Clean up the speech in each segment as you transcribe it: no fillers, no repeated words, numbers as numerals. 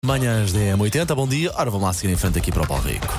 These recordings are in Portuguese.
Manhãs da M80, bom dia. Ora, vamos lá seguir em frente aqui para o Paulo Rico.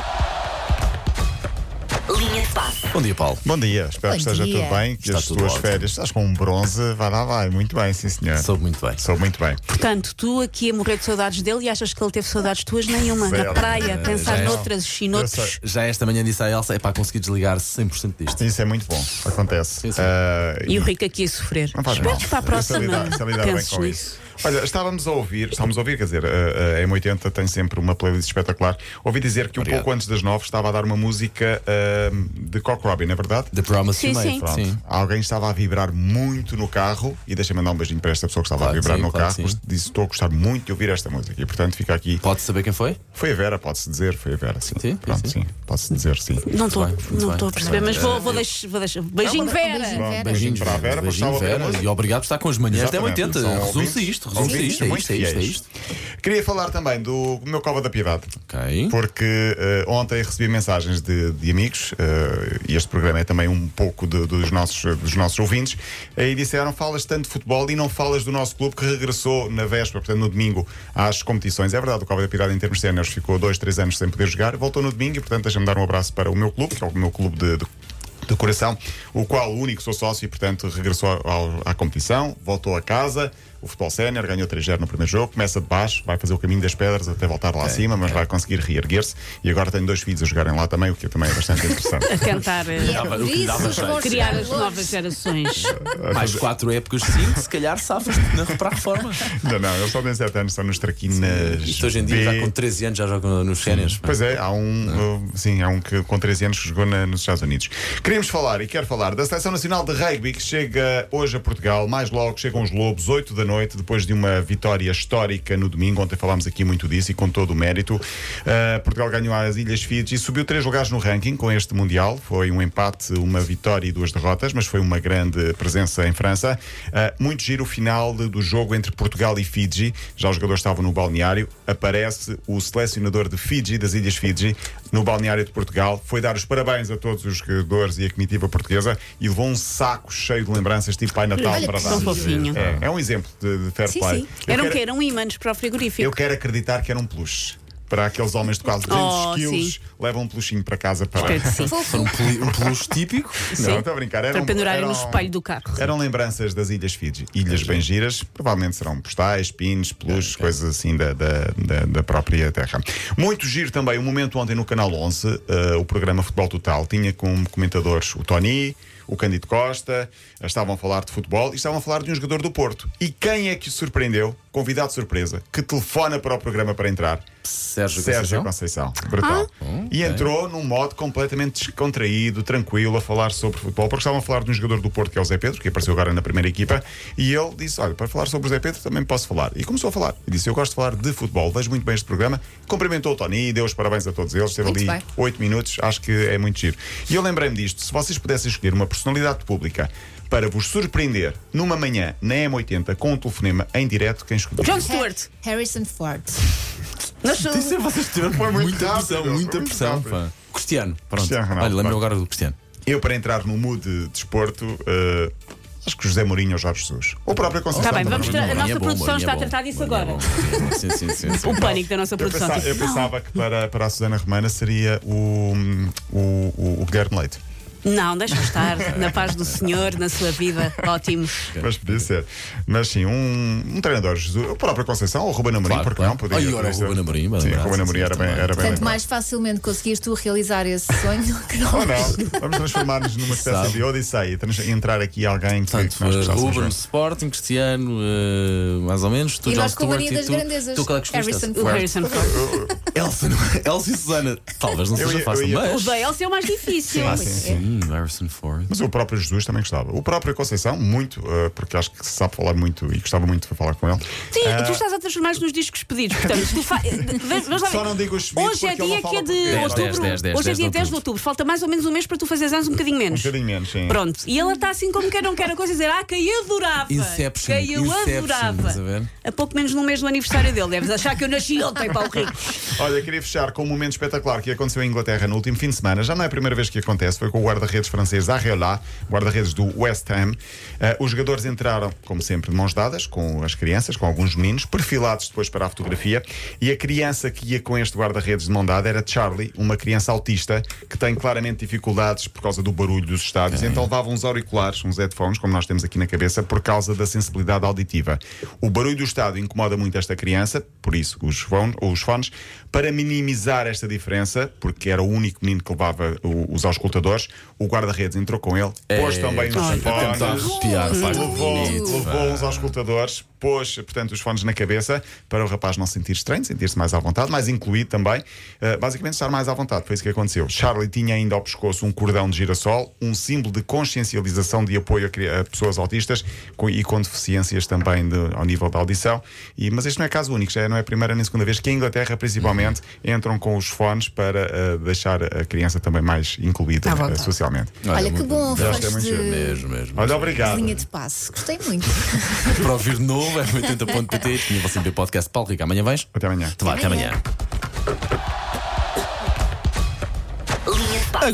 Linha de passe. Bom dia, Paulo. Bom dia, espero que esteja tudo bem, que Está as tudo tuas ótimo. férias estás com um bronze, vai, muito bem, sim senhor. Soube muito bem. Soube muito bem. Portanto, tu aqui a morrer de saudades dele e achas que ele teve saudades tuas? Nenhuma. Zero. Na praia, a pensar já é. noutras e noutros. Já esta manhã disse à Elsa, é para conseguir desligar 100% disto. Isso é muito bom, acontece. Sim, sim. E o Rico aqui a sofrer. Não faz mal. Esperemos para a próxima. Se lidar bem penses com nisso. isso. Olha, estávamos a ouvir, quer dizer, a M80 tem sempre uma playlist espetacular. Ouvi dizer que Obrigado. pouco antes das 9 estava a dar uma música de Cock Robin, é verdade? The Promise Sim, You Made. sim. Pronto. Sim. Alguém estava a vibrar muito no carro e deixa-me mandar um beijinho para esta pessoa que estava Claro a vibrar que sim, no claro carro. que sim. Disse: estou a gostar muito de ouvir esta música e, portanto, fica aqui. Pode saber quem foi? Foi a Vera, pode-se dizer, foi a Vera, sim. Sim, Pronto, sim. sim, pode-se dizer, sim. Não estou Muito bem, muito a bem. perceber, mas vou deixar. Beijinho, Vera! Bom, Beijinhos para a Vera, por beijinhos, estar a ouvir a Vera. música. E obrigado por estar com as manhãs da Exatamente. M80. São Resume-se ouvintes- isto, resume-se ouvintes isto. É muito isto, é isto, é fiéis. isto. Queria falar também do meu Cova da Piedade. Ok. Porque ontem recebi mensagens de amigos, e este programa é também um pouco dos nossos ouvintes, e disseram: falas tanto de futebol e não falas do nosso clube que regressou na véspera, portanto no domingo, às competições. É verdade, o Cova da Piedade em termos séniores ficou 2-3 anos sem poder jogar, voltou no domingo e, portanto, deixa-me dar um abraço para o meu clube, que é o meu clube de coração, o qual o único sou sócio e, portanto, regressou à competição, voltou a casa. O futebol sénior ganhou 3-0 no primeiro jogo, começa de baixo, vai fazer o caminho das pedras até voltar lá acima, mas vai conseguir reerguer-se. E agora tenho 2 filhos a jogarem lá também, o que também é bastante interessante. A tentar O que lhe dava jeito. criar as novas gerações. Mais 4 épocas, 5, se calhar safas para a reforma. Não, eles só têm 7 anos, estão nos traquinas. Isto hoje em dia, já com 13 anos, já joga nos séniores. Pois é, há um que com 13 anos que jogou nos Estados Unidos. Queremos falar e quero falar da Seleção Nacional de Rugby, que chega hoje a Portugal. Mais logo chegam os Lobos, 8 da noite, depois de uma vitória histórica no domingo. Ontem falámos aqui muito disso e com todo o mérito. Portugal ganhou as Ilhas Fiji e subiu 3 lugares no ranking com este Mundial. Foi um empate, uma vitória e 2 derrotas, mas foi uma grande presença em França. Muito giro o final do jogo entre Portugal e Fiji. Já os jogadores estavam no balneário. Aparece o selecionador de Fiji, das Ilhas Fiji, no balneário de Portugal. Foi dar os parabéns a todos os jogadores e a comitiva portuguesa e levou um saco cheio de lembranças, tipo Pai Natal, Olha para que dar. Tão fofinho. É um exemplo de fair Sim, play. sim. Eram ímãs para o frigorífico. Eu quero acreditar que era um peluche. Para aqueles homens de quase 200 Oh, quilos, sim. levam um peluchinho para casa para. Espero que sim. Foi um peluche típico. Não, estou a brincar. Para pendurarem no espelho do carro. Eram lembranças das Ilhas Fiji. Ilhas bem giras, provavelmente serão postais, pins, peluches, coisas assim da própria terra. Muito giro também o momento ontem no Canal 11, o programa Futebol Total. Tinha como comentadores o Tony, o Cândido Costa, estavam a falar de futebol e estavam a falar de um jogador do Porto. E quem é que o surpreendeu? Convidado de surpresa, que telefona para o programa para entrar. Sérgio Conceição. Brutal. E entrou num modo completamente descontraído, tranquilo, a falar sobre futebol, porque estavam a falar de um jogador do Porto, que é o Zé Pedro, que apareceu agora na primeira equipa, e ele disse: olha, para falar sobre o Zé Pedro também posso falar. E começou a falar. E disse: eu gosto de falar de futebol, vejo muito bem este programa. Cumprimentou o Tony, deu os parabéns a todos eles, esteve Muito ali bem. 8 minutos, acho que é muito giro. E eu lembrei-me disto: se vocês pudessem escolher uma personalidade pública para vos surpreender numa manhã na M80 com um telefonema em direto, quem escolheria? John Stewart. Harrison Ford. Vocês tiveram Foi muito muita rápido, pressão, foi muita muito pressão. rápido. Pá. Cristiano, pronto. Cristiano Ronaldo, Olha, lembro pronto. agora do Cristiano. Eu, para entrar no mood de desporto, acho que José Mourinho ou Jorge Jesus. Ou a própria Conceição. Está bem, também. vamos tra- a Mourinho nossa é bom, produção Mourinho está é a bom. tratar disso Mourinho agora. é bom. Sim. O pânico da nossa Eu produção. pensava que para a Susana Romana seria o Guilherme Leite. Não, deixa estar. Na paz do Senhor, na sua vida. Ótimo. Mas podia ser. Mas sim, um treinador, Jesus, o próprio Conceição, ou o Ruben Amorim, Claro, porque claro. não? Podia Ai, ora, o ser. Ruben Amorim, bem Sim, lembrado, o Ruben Amorim sim, era bem também. lembrado. Tanto mais facilmente conseguires tu realizar esse sonho que não. Ou não, vamos transformar-nos numa espécie Sabe. de Odisseia, entrar aqui alguém que Portanto, nós gostássemos Ruben, de ver. Sporting, Cristiano, mais ou menos. Tu, E John nós com a Stewart Maria das e Grandezas. Tu qual é que escolheste? Harrison O Ford. Harrison Ford. Elsa e Susana. Talvez não Eu seja ia- fácil, eu ia- mas. O da Elsa é o mais difícil. Sim, Harrison Ford. Mas o próprio Jesus também gostava. O próprio Conceição, muito, porque acho que sabe falar muito e gostava muito de falar com ele. Sim, tu estás a transformar-nos nos discos pedidos. Portanto, vamos lá ver. Só não digo os pedidos Hoje é porque ele dia não que é fala de português. outubro. 10 Hoje é dia de 10 de outubro. Falta mais ou menos um mês para tu fazeres anos um bocadinho menos. Um bocadinho menos, sim. Pronto. E ela está assim como quer, não quer a coisa e dizer: que eu adorava. Inception, Que eu Inception, adorava. estás a ver? A pouco menos no mês do aniversário dele. Deves achar que eu nasci ontem, Paulo Rico. Olha, queria fechar com um momento espetacular que aconteceu em Inglaterra no último fim de semana. Já não é a primeira vez que acontece, foi com o guarda-redes francês Areola, guarda-redes do West Ham. Os jogadores entraram, como sempre, de mãos dadas com as crianças, com alguns meninos, perfilados depois para a fotografia. E a criança que ia com este guarda-redes de mão dada era Charlie, uma criança autista que tem claramente dificuldades por causa do barulho dos estádios. Então levava uns auriculares, uns headphones, como nós temos aqui na cabeça, por causa da sensibilidade auditiva. O barulho do estádio incomoda muito esta criança, por isso os fones, para minimizar esta diferença, porque era o único menino que levava os auscultadores, o guarda-redes entrou com ele, pôs também os fones, levou uns auscultadores, pôs, portanto, os fones na cabeça para o rapaz não se sentir estranho, sentir-se mais à vontade, mais incluído também, basicamente estar mais à vontade. Foi isso que aconteceu. Charlie tinha ainda ao pescoço um cordão de girassol, um símbolo de consciencialização de apoio a pessoas autistas e com deficiências também ao nível da audição. Mas este não é caso único, já não é a primeira nem a segunda vez que em Inglaterra, principalmente, entram com os fones para deixar a criança também mais incluída socialmente. Olha, que bom, Gostei foste mesmo. Olha, obrigado. linha de passe. Gostei muito. Para ouvir de novo, é 80.pt. Disponível sempre em podcast. Paulo Rico, amanhã vens? Até amanhã. Até amanhã.